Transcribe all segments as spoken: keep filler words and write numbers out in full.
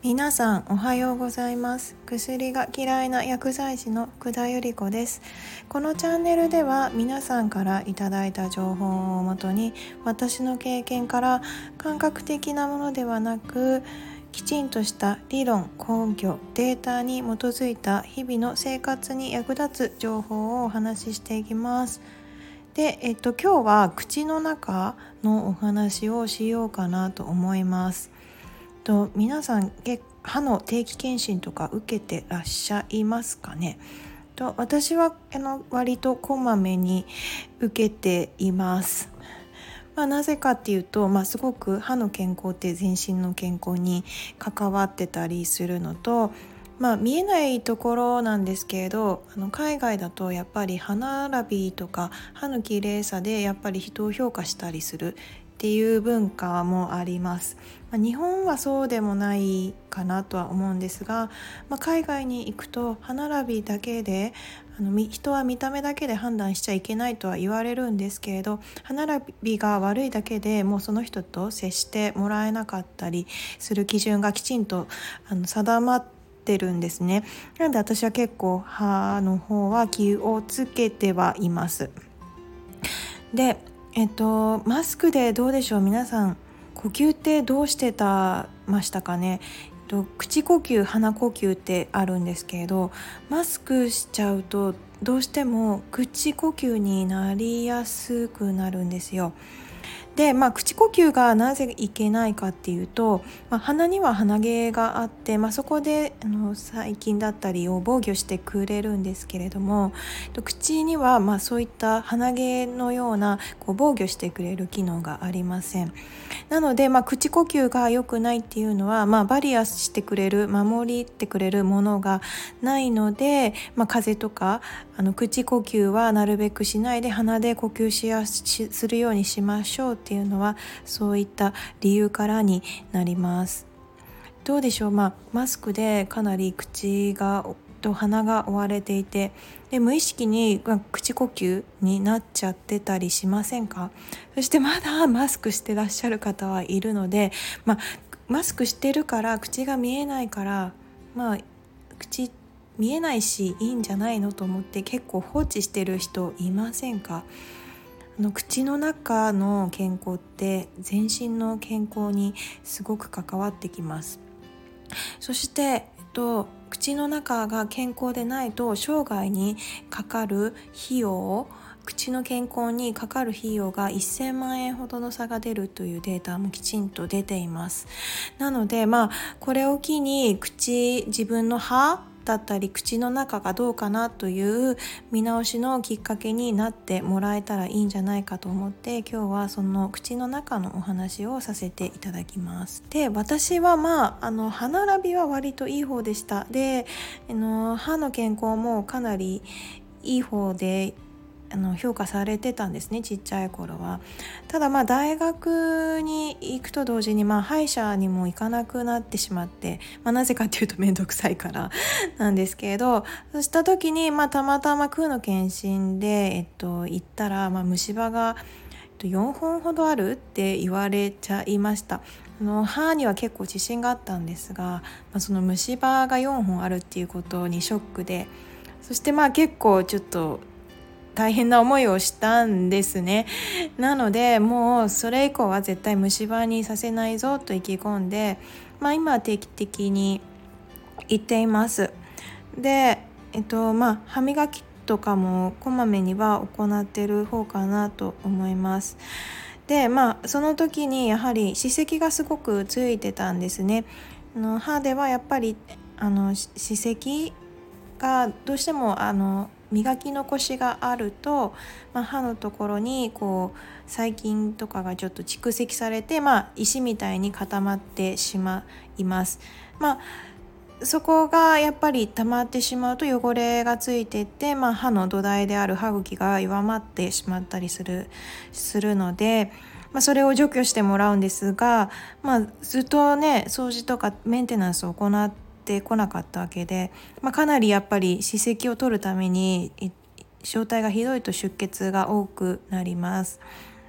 皆さんおはようございます。薬が嫌いな薬剤師の福田由里子です。このチャンネルでは皆さんからいただいた情報をもとに、私の経験から感覚的なものではなく、きちんとした理論、根拠、データに基づいた日々の生活に役立つ情報をお話ししていきます。で、えっと、今日は口の中のお話をしようかなと思います。と皆さん歯の定期検診とか受けてらっしゃいますかね。と私はあの割とこまめに受けています。まあ、なぜかっていうと、まあ、すごく歯の健康って全身の健康に関わってたりするのと、まあ、見えないところなんですけれど、あの海外だとやっぱり歯並びとか歯の綺麗さでやっぱり人を評価したりするっていう文化もあります。まあ、日本はそうでもないかなとは思うんですが、まあ、海外に行くと歯並びだけであの人は見た目だけで判断しちゃいけないとは言われるんですけれど、歯並びが悪いだけでもうその人と接してもらえなかったりする基準がきちんとあの定まってるんですね。なので私は結構歯の方は気をつけてはいます。でえっと、マスクでどうでしょう。皆さん呼吸ってどうしてたましたかね。口呼吸、鼻呼吸ってあるんですけれど、マスクしちゃうとどうしても口呼吸になりやすくなるんですよ。で、まあ、口呼吸がなぜいけないかっていうと、まあ、鼻には鼻毛があって、まあ、そこであの細菌だったりを防御してくれるんですけれども、口にはまあそういった鼻毛のようなこう防御してくれる機能がありません。なので、まあ、口呼吸が良くないっていうのは、まあ、バリアしてくれる守ってくれるものがないので、まあ、風邪とかあの口呼吸はなるべくしないで鼻で呼吸しやすするようにしましょうっていうのはそういった理由からになります。どうでしょう。まあ、マスクでかなり口がと鼻が追われていて、で無意識に口呼吸になっちゃってたりしませんか。そしてまだマスクしてらっしゃる方はいるので、まあ、マスクしてるから口が見えないから、まあ、口見えないしいいんじゃないのと思って結構放置してる人いませんか。あの口の中の健康って全身の健康にすごく関わってきます。そして、えっと、口の中が健康でないと生涯にかかる費用、口の健康にかかる費用がせんまんえんほどの差が出るというデータもきちんと出ています。なので、まあ、これを機に口、自分の歯だったり口の中がどうかなという見直しのきっかけになってもらえたらいいんじゃないかと思って、今日はその口の中のお話をさせていただきます。で、私はまあ、あの歯並びは割といい方でした。で、あの歯の健康もかなりいい方であの評価されてたんですね、ちっちゃい頃は。ただまあ大学に行くと同時に、まあ、歯医者にも行かなくなってしまって、まあ、なぜかっていうと面倒くさいからなんですけれど、そうした時に、まあ、たまたま空の検診で、えっと、行ったら、まあ、虫歯がよんほんほどあるって言われちゃいました。あの歯には結構自信があったんですが、まあ、その虫歯がよんほんあるっていうことにショックで、そしてまあ結構ちょっと大変な思いをしたんですね。なのでもうそれ以降は絶対虫歯にさせないぞと意気込んで、まあ、今は定期的に行っています。で、えっとまあ、歯磨きとかもこまめには行っている方かなと思います。で、まあ、その時にやはり歯石がすごくついてたんですね。あの歯ではやっぱりあの歯石がどうしてもあの磨き残しがあると、まあ、歯のところにこう細菌とかがちょっと蓄積されて、まあ、石みたいに固まってしまいます。まあ、そこがやっぱり溜まってしまうと汚れがついていって、まあ、歯の土台である歯茎が弱まってしまったりする、するので、まあ、それを除去してもらうんですが、まあ、ずっとね掃除とかメンテナンスを行っててこなかったわけで、まあ、かなりやっぱり歯石を取るために状態がひどいと出血が多くなります。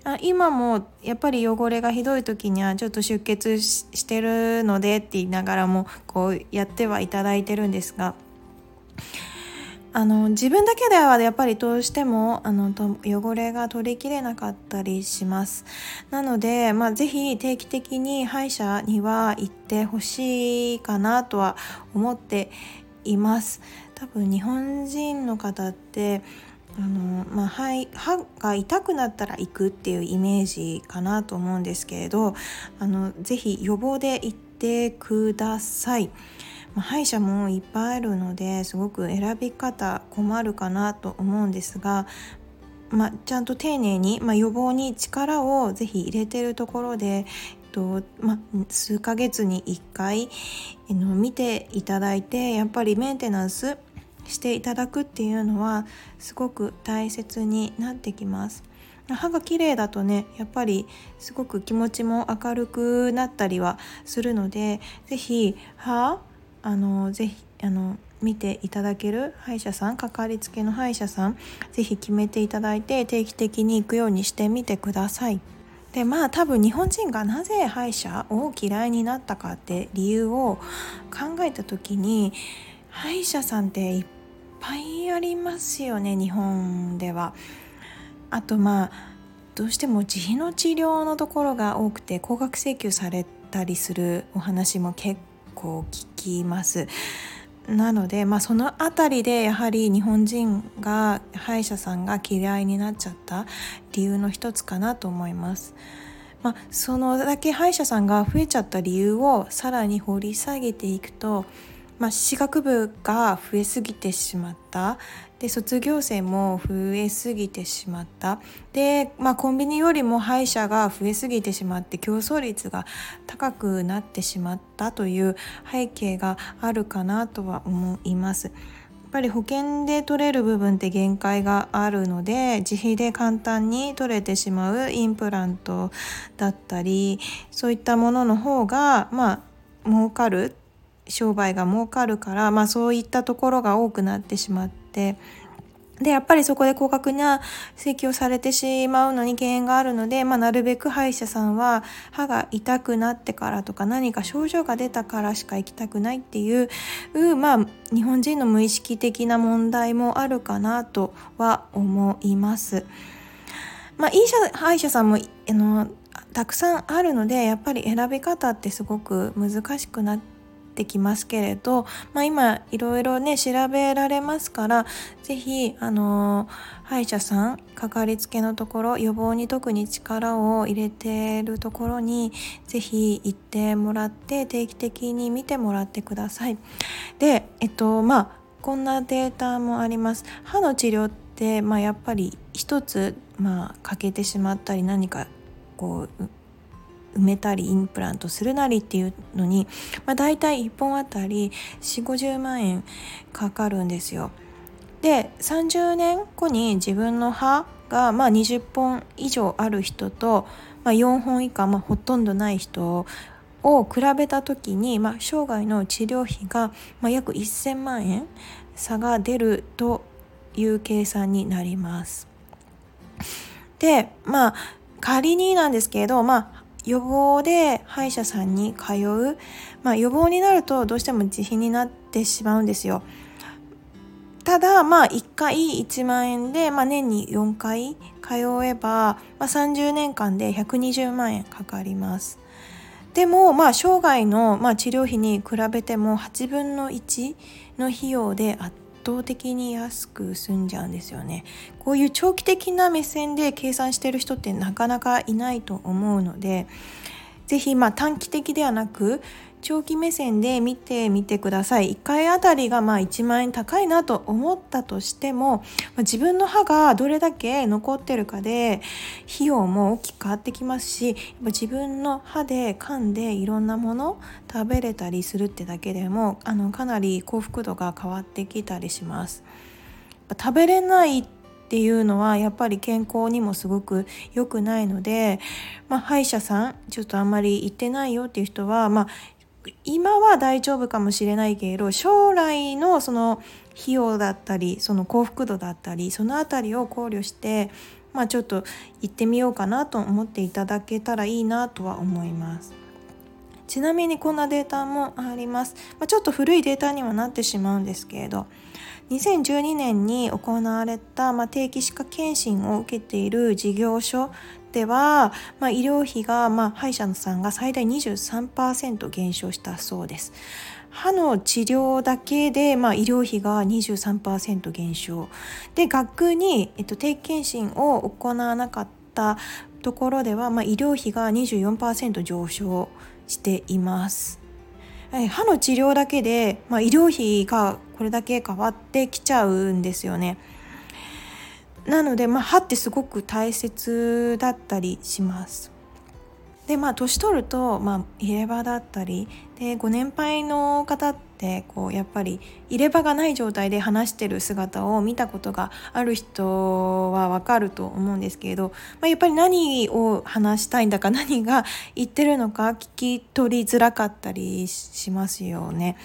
あ今もやっぱり汚れがひどい時にはちょっと出血 し, してるのでって言いながらもこうやってはいただいてるんですが、あの自分だけではやっぱりどうしてもあのと汚れが取りきれなかったりします。なので、まあ、ぜひ定期的に歯医者には行ってほしいかなとは思っています。多分日本人の方ってあの、まあ、歯, 歯が痛くなったら行くっていうイメージかなと思うんですけれど、あのぜひ予防で行ってください。歯医者もいっぱいあるのですごく選び方困るかなと思うんですが、まあ、ちゃんと丁寧に、まあ、予防に力をぜひ入れているところで、えっとまあ、数ヶ月にいっかいえの見ていただいて、やっぱりメンテナンスしていただくっていうのはすごく大切になってきます。歯が綺麗だとね、やっぱりすごく気持ちも明るくなったりはするので、ぜひ歯あのぜひあの見ていただける歯医者さん、かかりつけの歯医者さん、ぜひ決めていただいて定期的に行くようにしてみてください。でまあ多分日本人がなぜ歯医者を嫌いになったかって理由を考えた時に、歯医者さんっていっぱいありますよね、日本では。あとまあどうしても自費の治療のところが多くて高額請求されたりするお話も結構聞きます。なので、まあ、そのあたりでやはり日本人が歯医者さんが嫌いになっちゃった理由の一つかなと思います。まあ、そのだけ歯医者さんが増えちゃった理由をさらに掘り下げていくと、まあ、歯学部が増えすぎてしまった。で卒業生も増えすぎてしまったで、まあ、コンビニよりも歯医者が増えすぎてしまって競争率が高くなってしまったという背景があるかなとは思います。やっぱり保険で取れる部分って限界があるので、自費で簡単に取れてしまうインプラントだったり、そういったものの方がまあ儲かる、商売が儲かるから、まあ、そういったところが多くなってしまって、でやっぱりそこで高額な請求をされてしまうのに敬遠があるので、まあ、なるべく歯医者さんは歯が痛くなってからとか何か症状が出たからしか行きたくないっていう、まあ、日本人の無意識的な問題もあるかなとは思います。まあ、いい歯医者さんもあのたくさんあるので、やっぱり選び方ってすごく難しくなってできますけれど、まあ、今いろいろね調べられますから、ぜひあの歯医者さん、かかりつけのところ、予防に特に力を入れているところにぜひ行ってもらって定期的に見てもらってください。でえっとまあこんなデータもあります。歯の治療って、まあ、やっぱり一つ、まあ、欠けてしまったり何かこう埋めたりインプラントするなりっていうのに、まあ、だいたいいっぽんあたりよんじゅうごじゅうまんえんかかるんですよ。でさんじゅうねんごに自分の歯がまあにじゅっぽん以上ある人と、まあ、よんほん以下、まあ、ほとんどない人を比べた時に、まあ、生涯の治療費がまあ約せんまんえん差が出るという計算になります。でまあ仮になんですけれど、まあ予防で歯医者さんに通う、まあ、予防になるとどうしても自費になってしまうんですよ。ただまあいっかいいちまんえんで、まあ、年によんかい通えば、まあ、さんじゅうねんかんでひゃくにじゅうまんえんかかります。でもまあ生涯のまあ治療費に比べてもはちぶんのいちの費用で圧倒的に安く済んじゃうんですよね。こういう長期的な目線で計算している人ってなかなかいないと思うので、ぜひまあ短期的ではなく長期目線で見てみてください。いっかいあたりがまあいちまんえん高いなと思ったとしても、自分の歯がどれだけ残ってるかで費用も大きく変わってきますし、自分の歯で噛んでいろんなもの食べれたりするってだけでもあのかなり幸福度が変わってきたりします。食べれないっていうのはやっぱり健康にもすごく良くないので、まあ、歯医者さんちょっとあんまり行ってないよっていう人は、まあ今は大丈夫かもしれないけれど、将来のその費用だったりその幸福度だったりそのあたりを考慮して、 まあ、ちょっと行ってみようかなと思っていただけたらいいなとは思います。ちなみにこんなデータもあります。まあ、ちょっと古いデータにはなってしまうんですけれど、にせんじゅうにねんに行われた、まあ、定期歯科検診を受けている事業所では、まあ、医療費が、まあ、歯医者さんが最大 にじゅうさんパーセント 減少したそうです。歯の治療だけで、まあ、医療費が にじゅうさんパーセント 減少で、学に、えっと、定期検診を行わなかったところでは、まあ、医療費が にじゅうよんパーセント 上昇しています。歯の治療だけで、まあ、医療費がこれだけ変わってきちゃうんですよね。なので、まあ、歯ってすごく大切だったりします。で、まあ、年取ると、まあ、入れ歯だったりで、ご年配の方ってこうやっぱり入れ歯がない状態で話してる姿を見たことがある人はわかると思うんですけれど、まあ、やっぱり何を話したいんだか、何が言ってるのか聞き取りづらかったりしますよね。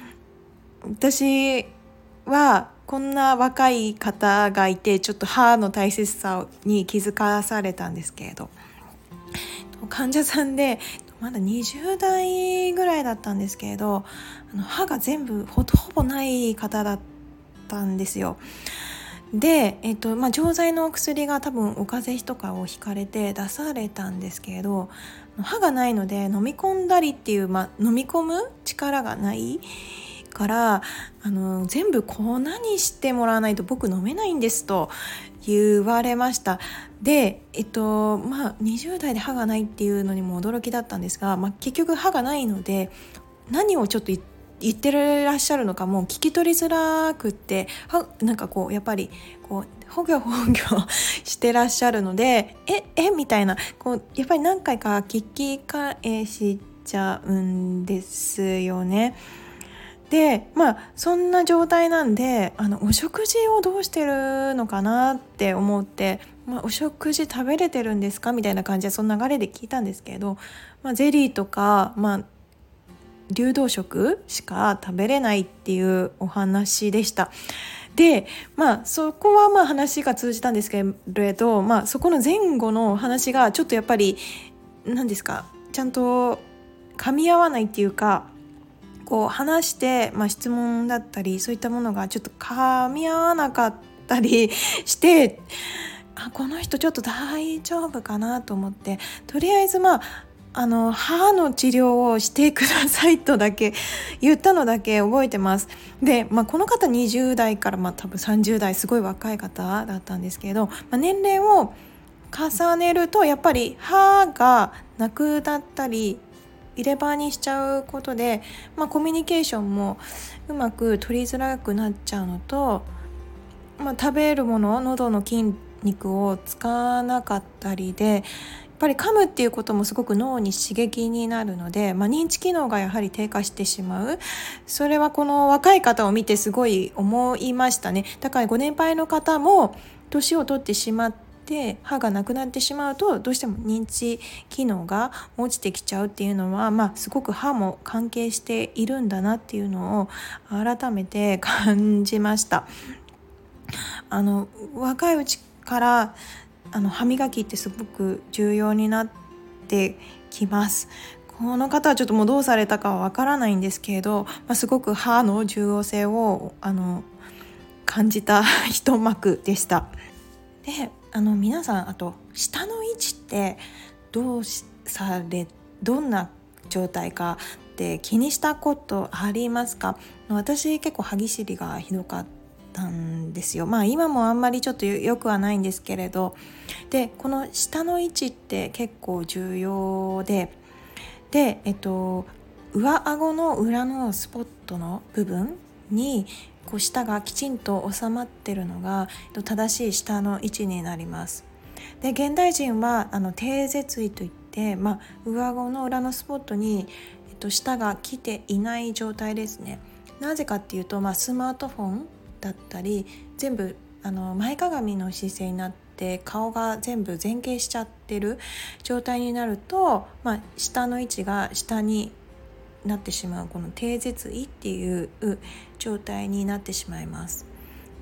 私はこんな若い方がいて、ちょっと歯の大切さに気づかされたんですけれど、患者さんでまだにじゅう代ぐらいだったんですけれど、あの歯が全部ほとほぼない方だったんですよ。で、えっとまあ、錠剤の薬が多分お風邪とかをひかれて出されたんですけれど、歯がないので飲み込んだりっていう、まあ、飲み込む力がないからあの全部粉にしてもらわないと僕飲めないんですと言われました。で、えっとまあ、にじゅう代で歯がないっていうのにも驚きだったんですが、まあ、結局歯がないので何をちょっと言ってらっしゃるのかも聞き取りづらくって、はなんかこうやっぱりこうほぎょほぎょしてらっしゃるので、ええみたいな、こうやっぱり何回か聞き返しちゃうんですよね。で、まあそんな状態なんで、あのお食事をどうしてるのかなって思って、まあ、お食事食べれてるんですかみたいな感じでその流れで聞いたんですけど、まあ、ゼリーとか、まあ、流動食しか食べれないっていうお話でした。で、まあそこはまあ話が通じたんですけれど、まあそこの前後の話がちょっとやっぱり何ですか、ちゃんと噛み合わないっていうか、こう話して、まあ、質問だったりそういったものがちょっと噛み合わなかったりして、あ、この人ちょっと大丈夫かなと思って、とりあえずまああの歯の治療をしてくださいとだけ言ったのだけ覚えてます。で、まあ、この方にじゅう代から、まあ、多分さんじゅう代、すごい若い方だったんですけれど、まあ、年齢を重ねるとやっぱり歯がなくなったり入れ歯にしちゃうことで、まあ、コミュニケーションもうまく取りづらくなっちゃうのと、まあ、食べるもの、喉の筋肉を使わなかったりで、やっぱり噛むっていうこともすごく脳に刺激になるので、まあ、認知機能がやはり低下してしまう。それはこの若い方を見てすごい思いましたね。だからご年配の方も年を取ってしまってで歯がなくなってしまうとどうしても認知機能が落ちてきちゃうっていうのは、まあ、すごく歯も関係しているんだなっていうのを改めて感じました。あの若いうちからあの歯磨きってすごく重要になってきます。この方はちょっともうどうされたかはわからないんですけれど、まあ、すごく歯の重要性をあの感じた一幕でした。で、あの皆さん、あと舌の位置ってどうされどんな状態かって気にしたことありますか？私結構歯ぎしりがひどかったんですよ。まあ今もあんまりちょっとよくはないんですけれど、でこの舌の位置って結構重要でで、えっと、上顎の裏のスポットの部分にこう舌がきちんと収まってるのが正しい舌の位置になります。で、現代人はあの低舌位といって、まあ、上顎の裏のスポットに、えっと、舌が来ていない状態ですね。なぜかっていうと、まあ、スマートフォンだったり全部あの前かがみの姿勢になって顔が全部前傾しちゃってる状態になると、まあ、舌の位置が下になってしまう、この低舌位っていう状態になってしまいます。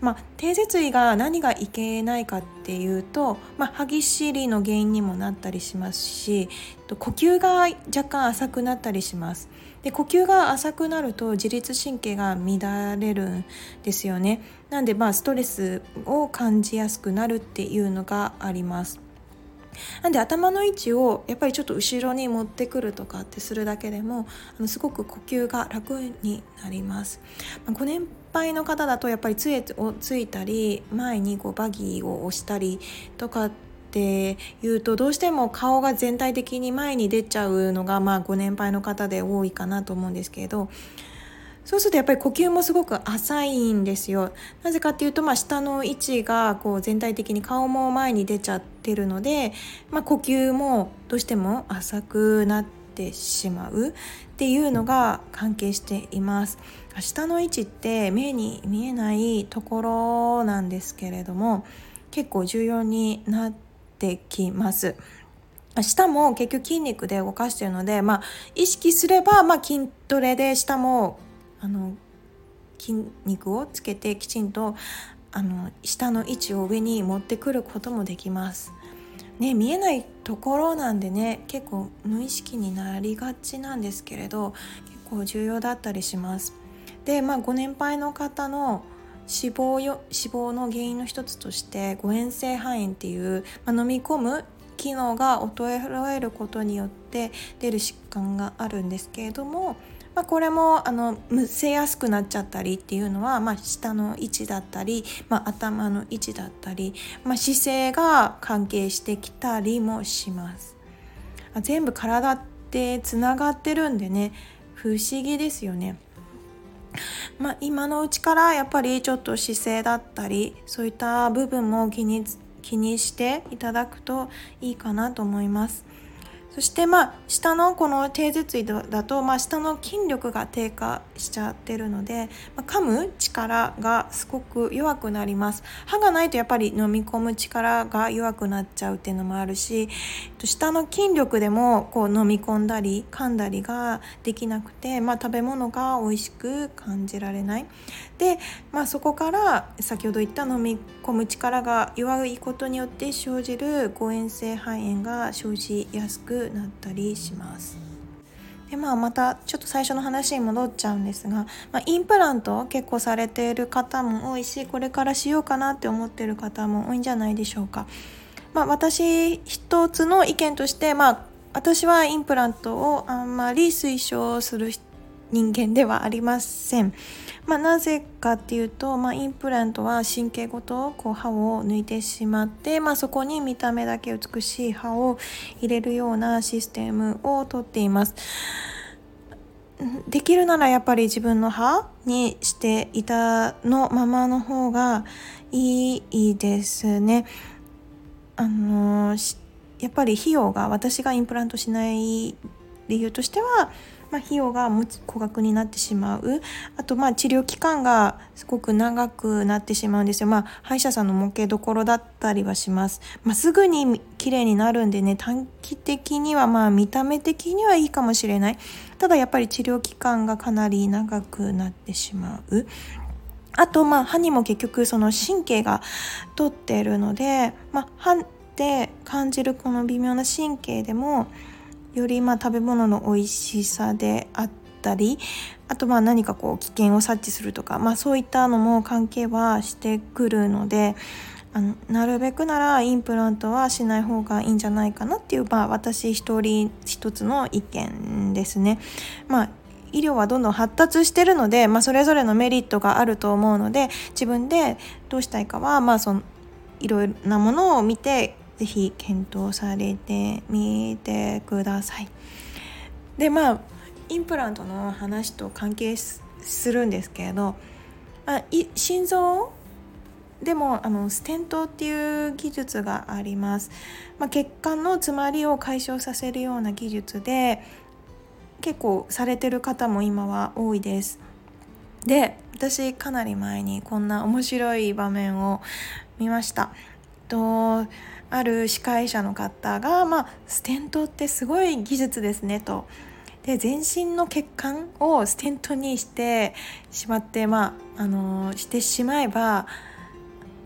まあ、低舌位が何がいけないかっていうと、まあ、歯ぎしりの原因にもなったりしますし、呼吸が若干浅くなったりします。で、呼吸が浅くなると自律神経が乱れるんですよね。なんでまあストレスを感じやすくなるっていうのがあります。なんで頭の位置をやっぱりちょっと後ろに持ってくるとかってするだけでもあのすごく呼吸が楽になります。ご年配の方だとやっぱり杖をついたり前にこうバギーを押したりとかっていうとどうしても顔が全体的に前に出ちゃうのがまあご年配の方で多いかなと思うんですけれど、そうするとやっぱり呼吸もすごく浅いんですよ。なぜかっていうと、まあ、下の位置がこう全体的に顔も前に出ちゃってるので、まあ、呼吸もどうしても浅くなってしまうっていうのが関係しています。下の位置って目に見えないところなんですけれども結構重要になってきます。舌も結局筋肉で動かしているので、まあ、意識すれば、まあ、筋トレで舌もあの筋肉をつけてきちんとあの下の位置を上に持ってくることもできます、ね、見えないところなんでね結構無意識になりがちなんですけれど結構重要だったりします。で、まあ、ご年配の方の死亡よ死亡の原因の一つとして誤嚥性肺炎っていう、まあ、飲み込む機能が衰えることによって出る疾患があるんですけれども、まあ、これもあのむせやすくなっちゃったりっていうのは、まあ、下の位置だったり、まあ、頭の位置だったり、まあ、姿勢が関係してきたりもします。全部体ってつながってるんでね不思議ですよね。まあ、今のうちからやっぱりちょっと姿勢だったりそういった部分も気に気にしていただくといいかなと思います。そしてまあ下のこの低舌位だと、まあ、下の筋力が低下しちゃってるので、まあ、噛む力がすごく弱くなります。歯がないとやっぱり飲み込む力が弱くなっちゃうっていうのもあるし、下の筋力でもこう飲み込んだり噛んだりができなくて、まあ、食べ物が美味しく感じられないで、まあ、そこから先ほど言った飲み込む力が弱いことによって生じる誤嚥性肺炎が生じやすくなったりします。で、まあ、またちょっと最初の話に戻っちゃうんですが、まあ、インプラント結構されている方も多いしこれからしようかなって思っている方も多いんじゃないでしょうか。まあ、私一つの意見として、まあ、私はインプラントをあんまり推奨する人間ではありません。まあ、なぜかっていうと、まあ、インプラントは神経ごとこう歯を抜いてしまって、まあ、そこに見た目だけ美しい歯を入れるようなシステムをとっています。できるならやっぱり自分の歯にしていたのままの方がいいですね。あのやっぱり費用が私がインプラントしない理由としては、まあ、費用が高額になってしまう。あとまあ治療期間がすごく長くなってしまうんですよ。まあ、歯医者さんの模型どころだったりはします。まあ、すぐに綺麗になるんでね短期的にはまあ見た目的にはいいかもしれない。ただやっぱり治療期間がかなり長くなってしまう。あとまあ歯にも結局その神経が通っているので、まあ、歯で感じるこの微妙な神経でもよりまあ食べ物の美味しさであったり、あとまあ何かこう危険を察知するとか、まあ、そういったのも関係はしてくるので、あのなるべくならインプラントはしない方がいいんじゃないかなっていう、まあ、私一人一つの意見ですね。まあ医療はどんどん発達してるので、まあ、それぞれのメリットがあると思うので自分でどうしたいかは、まあ、そのいろいろなものを見てぜひ検討されてみてください。でまあインプラントの話と関係するんですけれど、あい心臓でもあのステントっていう技術があります。まあ、血管の詰まりを解消させるような技術で結構されてる方も今は多いです。で私かなり前にこんな面白い場面を見ました。とある歯科医者の方が、まあ、ステントってすごい技術ですねと。で全身の血管をステントにしてしまって、まああのー、してしまえば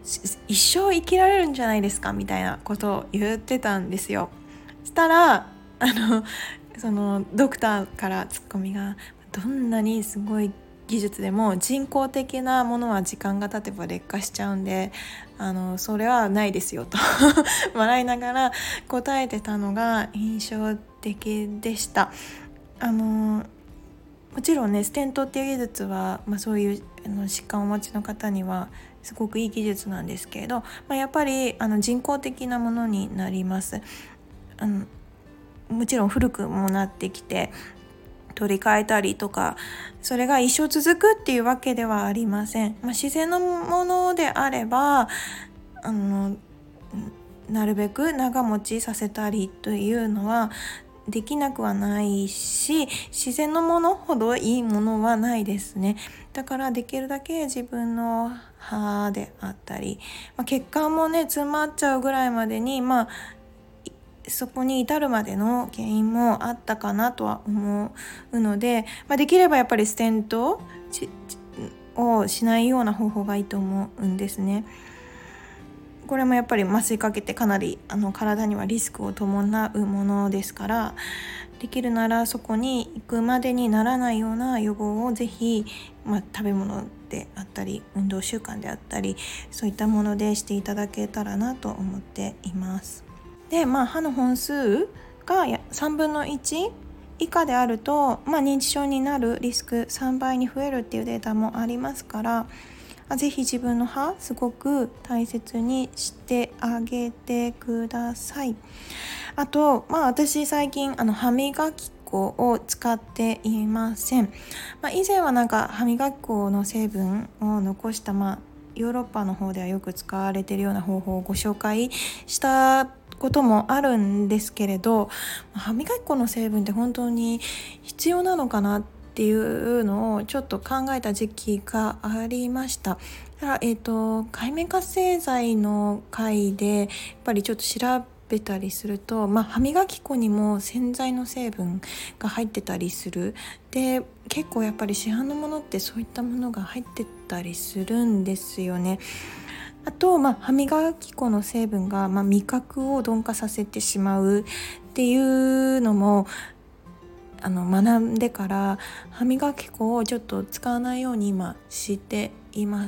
一生生きられるんじゃないですかみたいなことを言ってたんですよ。したらあのそのドクターからツッコミが、どんなにすごい技術でも人工的なものは時間が経てば劣化しちゃうんで、あのそれはないですよと笑いながら答えてたのが印象的でした。あのもちろんねステントっていう技術は、まあ、そういうあの疾患をお持ちの方にはすごくいい技術なんですけれど、まあ、やっぱりあの人工的なものになります。あのもちろん古くもなってきて取り替えたりとか、それが一生続くっていうわけではありません。まあ、自然のものであればあのなるべく長持ちさせたりというのはできなくはないし、自然のものほどいいものはないですね。だからできるだけ自分の歯であったり、まあ、血管もね詰まっちゃうぐらいまでに、まあそこに至るまでの原因もあったかなとは思うので、まあ、できればやっぱりステントをしないような方法がいいと思うんですね。これもやっぱり麻酔かけてかなりあの体にはリスクを伴うものですから、できるならそこに行くまでにならないような予防をぜひ、まあ、食べ物であったり運動習慣であったりそういったものでしていただけたらなと思っています。で、まあ、歯の本数がさんぶんのいち以下であると、まあ、認知症になるリスクさんばいに増えるっていうデータもありますから、ぜひ自分の歯すごく大切にしてあげてください。あと、まあ、私最近あの歯磨き粉を使っていません。まあ、以前はなんか歯磨き粉の成分を残した、まあ、ヨーロッパの方ではよく使われているような方法をご紹介したこともあるんですけれど、歯磨き粉の成分って本当に必要なのかなっていうのをちょっと考えた時期がありました。だから、えーと、界面活性剤の回でやっぱりちょっと調べたりすると、まあ、歯磨き粉にも洗剤の成分が入ってたりする。で、結構やっぱり市販のものってそういったものが入ってたりするんですよね。あと、まあ、歯磨き粉の成分が、まあ、味覚を鈍化させてしまうっていうのもあの学んでから歯磨き粉をちょっと使わないように今しています。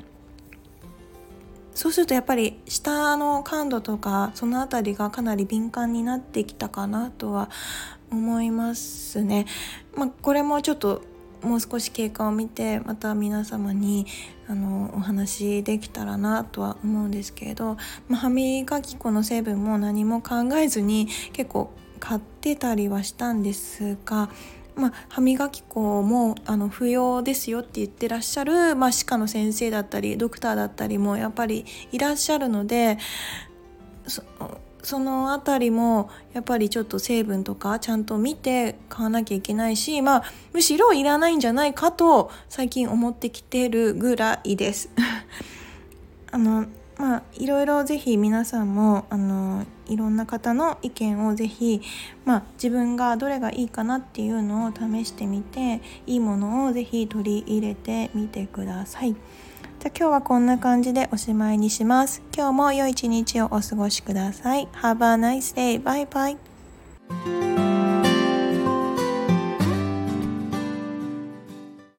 そうするとやっぱり舌の感度とかそのあたりがかなり敏感になってきたかなとは思いますね。まあ、これもちょっともう少し経過を見てまた皆様にあのお話できたらなとは思うんですけれど、まあ、歯磨き粉の成分も何も考えずに結構買ってたりはしたんですが、まあ、歯磨き粉もあの不要ですよって言ってらっしゃる、まあ、歯科の先生だったりドクターだったりもやっぱりいらっしゃるので、そそのあたりもやっぱりちょっと成分とかちゃんと見て買わなきゃいけないし、まあ、むしろいらないんじゃないかと最近思ってきてるぐらいですあのまあいろいろぜひ皆さんもあのいろんな方の意見をぜひ、まあ、自分がどれがいいかなっていうのを試してみていいものをぜひ取り入れてみてください。じゃあ今日はこんな感じでおしまいにします。今日も良い一日をお過ごしください。Have a nice day. Bye bye.